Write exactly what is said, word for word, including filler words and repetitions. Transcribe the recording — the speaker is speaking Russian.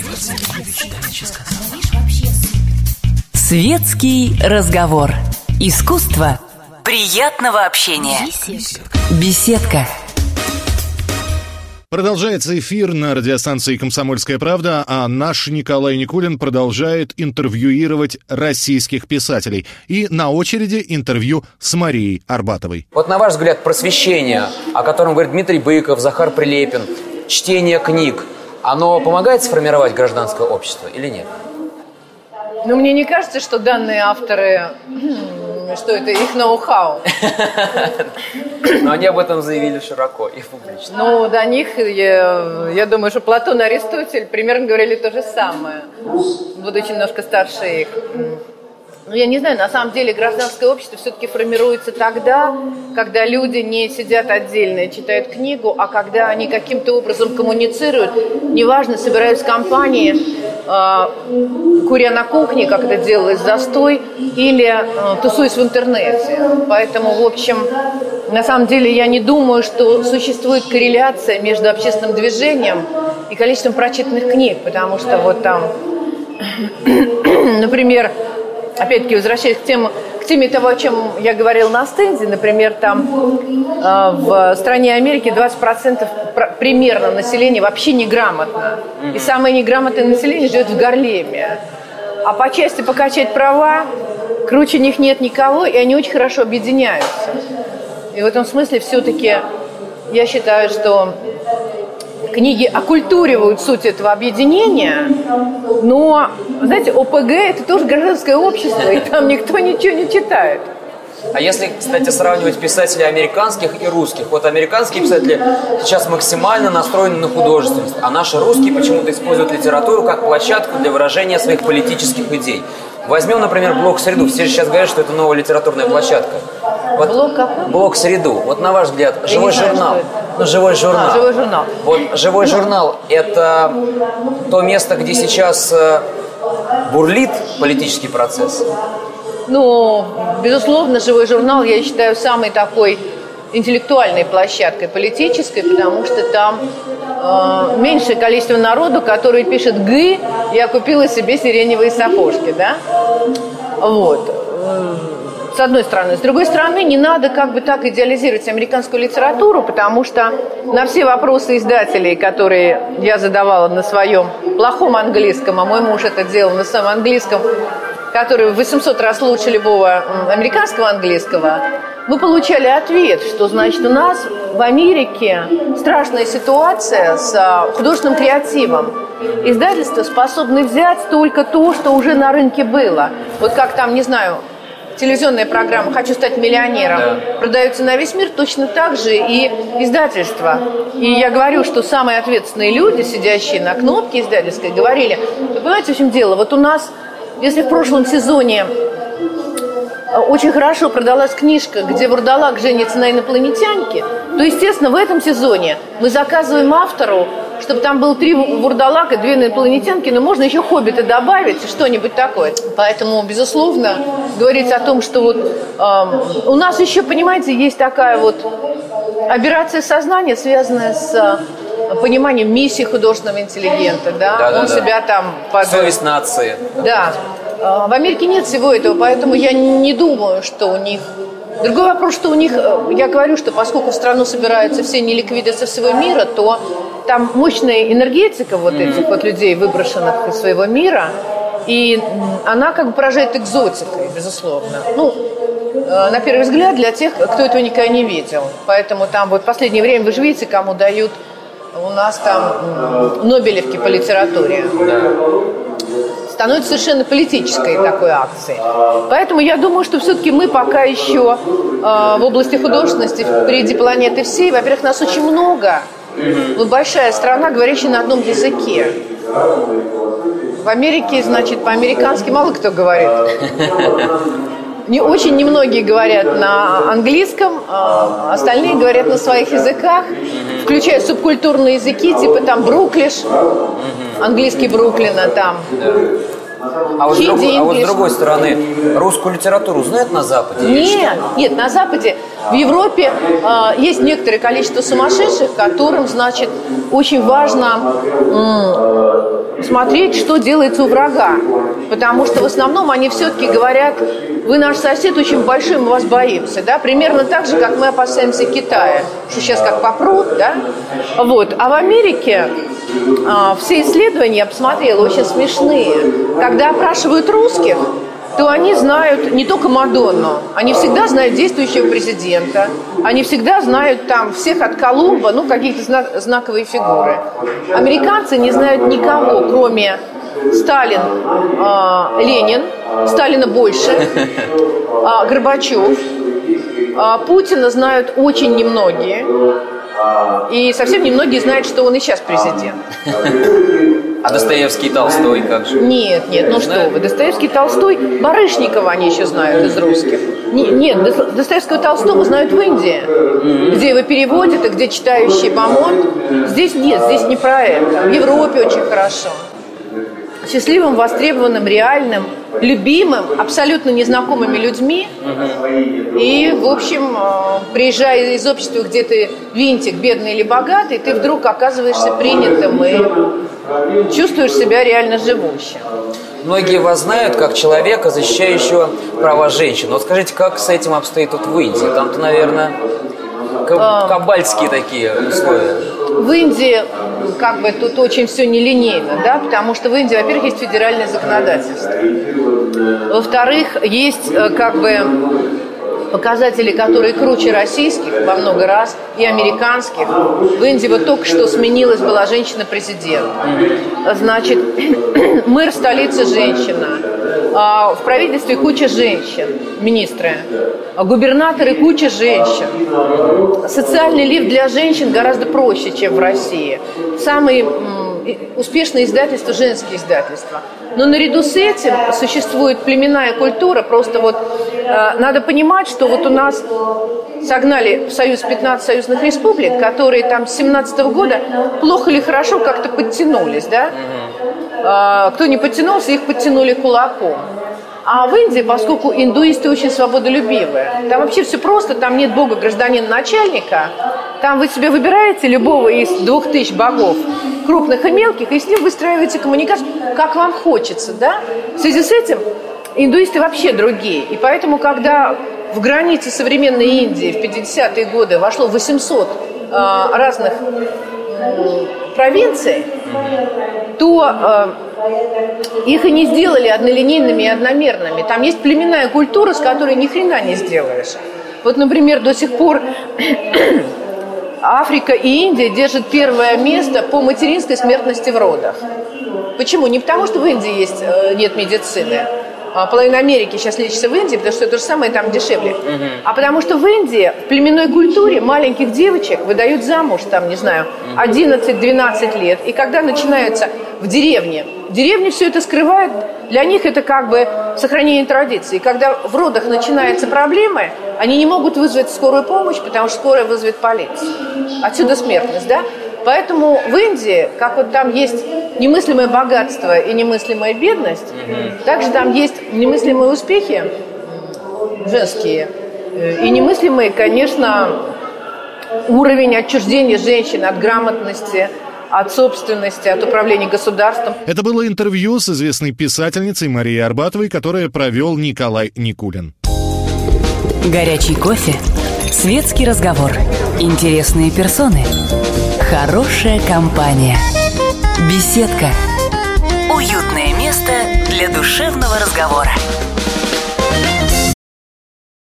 Светский разговор. Искусство приятного общения. Беседка. Продолжается эфир на радиостанции «Комсомольская правда», а наш Николай Никулин продолжает интервьюировать российских писателей. И на очереди интервью с Марией Арбатовой. Вот на ваш взгляд, просвещение, о котором говорит Дмитрий Быков, Захар Прилепин, чтение книг, оно помогает сформировать гражданское общество или нет? Ну, мне не кажется, что данные авторы, что это их ноу-хау. Но они об этом заявили широко и публично. Ну, до них, я, я думаю, что Платон и Аристотель примерно говорили то же самое, будучи немножко старше их. Ну, я не знаю, на самом деле гражданское общество все-таки формируется тогда, когда люди не сидят отдельно и читают книгу, а когда они каким-то образом коммуницируют, неважно, собираются в компании, э, куря на кухне, как это делалось застой, или э, тусуясь в интернете. Поэтому, в общем, на самом деле я не думаю, что существует корреляция между общественным движением и количеством прочитанных книг, потому что вот там, например, опять-таки, возвращаясь к, тему, к теме того, о чем я говорила на стенде, например, там э, в стране Америки двадцать процентов примерно населения вообще неграмотно. И самое неграмотное население живет в Гарлеме. А по части покачать права, круче них нет никого, и они очень хорошо объединяются. И в этом смысле все-таки я считаю, что книги оккультуривают суть этого объединения, но, знаете, ОПГ – это тоже гражданское общество, и там никто ничего не читает. А если, кстати, сравнивать писателей американских и русских, вот американские писатели сейчас максимально настроены на художественность, а наши русские почему-то используют литературу как площадку для выражения своих политических идей. Возьмем, например, блок «Среду». Все же сейчас говорят, что это новая литературная площадка. Вот блок какой? Блок «Среду». Вот на ваш взгляд, Я живой знаю, журнал. Ну, живой журнал. А, живой журнал. Вот живой журнал – это то место, где сейчас бурлит политический процесс? Ну, безусловно, живой журнал, я считаю, самой такой интеллектуальной площадкой политической, потому что там э, меньшее количество народу, который пишет «Г, я купила себе сиреневые сапожки», да? Вот. С одной стороны. С другой стороны, не надо как бы так идеализировать американскую литературу, потому что на все вопросы издателей, которые я задавала на своем плохом английском, а мой муж это делал на своем английском, который в восемьсот раз лучше любого американского английского, мы получали ответ, что, значит, у нас в Америке страшная ситуация с художественным креативом. Издательства способны взять только то, что уже на рынке было. Вот как там, не знаю, телевизионная программа «Хочу стать миллионером» да. продается на весь мир, точно так же и издательства. И я говорю, что самые ответственные люди, сидящие на кнопке издательской, говорили, вы понимаете, в чем дело, вот у нас, если в прошлом сезоне очень хорошо продалась книжка, где вурдалак женится на инопланетянке, то, естественно, в этом сезоне мы заказываем автору, чтобы там было три вурдалака, две инопланетянки, но можно еще хоббита добавить, что-нибудь такое. Поэтому, безусловно, говорить о том, что вот э, у нас еще, понимаете, есть такая вот аберрация сознания, связанная с пониманием миссии художественного интеллигента, да, да он да, себя да. там... Под... Совесть нации. Да. В Америке нет всего этого, поэтому я не думаю, что у них... Другой вопрос, что у них, я говорю, что поскольку в страну собираются все неликвиды со всего мира, то там мощная энергетика вот этих mm-hmm. вот людей, выброшенных из своего мира, и она как бы поражает экзотикой, безусловно. Ну, на первый взгляд, для тех, кто этого никогда не видел. Поэтому там вот в последнее время, вы же видите, кому дают у нас там Нобелевки по литературе. Становится совершенно политической такой акцией. Поэтому я думаю, что все-таки мы пока еще э, в области художественности впереди планеты всей. Во-первых, нас очень много. Мы большая страна, говорящая на одном языке. В Америке, значит, по-американски мало кто говорит. Не, очень немногие говорят на английском, а остальные говорят на своих языках, включая субкультурные языки, типа там бруклиш, английский Бруклина там. А вот, друг, а вот с другой стороны, русскую литературу знают на Западе? Нет, нет, на Западе, в Европе э, есть некоторое количество сумасшедших, которым, значит, очень важно э, смотреть, что делается у врага. Потому что в основном они все-таки говорят: вы наш сосед очень большой, мы вас боимся. Да? Примерно так же, как мы опасаемся Китая, что сейчас как попрут. Да? Вот. А в Америке а, все исследования, я посмотрела, очень смешные. Когда опрашивают русских, то они знают не только Мадонну, они всегда знают действующего президента, они всегда знают там всех от Колумба, ну, какие-то знак, знаковые фигуры. Американцы не знают никого, кроме Сталин, э, Ленин, Сталина больше, э, Горбачев, э, Путина знают очень немногие, и совсем немногие знают, что он и сейчас президент. А Достоевский и Толстой как же? Нет, нет, ну что вы, Достоевский, Толстой, Барышникова они еще знают из русских. Не, нет, Достоевского, Толстого знают в Индии, mm-hmm. где его переводят и где читающий Бамонт. Здесь нет, здесь не про это. В Европе очень хорошо. Счастливым, востребованным, реальным, любимым, абсолютно незнакомыми людьми. Mm-hmm. И, в общем, приезжая из общества, где ты винтик, бедный или богатый, ты вдруг оказываешься принятым и чувствуешь себя реально живущим. Многие вас знают как человека, защищающего права женщин. Вот скажите, как с этим обстоит тут в Индии? Там-то, наверное, кабальские такие условия. В Индии как бы тут очень все нелинейно, да, потому что в Индии, во-первых, есть федеральное законодательство. Во-вторых, есть как бы показатели, которые круче российских во много раз и американских. В Индии вот только что сменилась была женщина-президент. Значит, мэр столицы женщина. В правительстве куча женщин, министры. Губернаторы куча женщин. Социальный лифт для женщин гораздо проще, чем в России. Самые успешные издательства – женские издательства. Но наряду с этим существует племенная культура. Просто вот э, надо понимать, что вот у нас согнали в Союз пятнадцать союзных республик, которые там с семнадцатого года плохо или хорошо как-то подтянулись, да? Э, кто не подтянулся, их подтянули кулаком. А в Индии, поскольку индуисты очень свободолюбивые, там вообще все просто, там нет бога, гражданина, начальника. Там вы себе выбираете любого из двух тысяч богов, крупных и мелких, и с ним выстраиваете коммуникацию, как вам хочется, да? В связи с этим индуисты вообще другие. И поэтому, когда в границы современной Индии в пятидесятые годы вошло восемьсот э, разных э, провинций, то э, их и не сделали однолинейными и одномерными. Там есть племенная культура, с которой ни хрена не сделаешь. Вот, например, до сих пор Африка и Индия держат первое место по материнской смертности в родах. Почему? Не потому, что в Индии есть, нет медицины. Половина Америки сейчас лечится в Индии, потому что то же самое там дешевле. Uh-huh. А потому что в Индии в племенной культуре маленьких девочек выдают замуж, там, не знаю, одиннадцать-двенадцать лет. И когда начинаются в деревне, в деревне все это скрывают, для них это как бы сохранение традиций. И когда в родах начинаются проблемы, они не могут вызвать скорую помощь, потому что скорая вызовет полицию. Отсюда смертность, да? Поэтому в Индии, как вот там есть немыслимое богатство и немыслимая бедность, mm-hmm. также там есть немыслимые успехи женские и немыслимый, конечно, уровень отчуждения женщин от грамотности, от собственности, от управления государством. Это было интервью с известной писательницей Марией Арбатовой, которое провел Николай Никулин. Горячий кофе, светский разговор, интересные персоны, хорошая компания, беседка, уютное место для душевного разговора.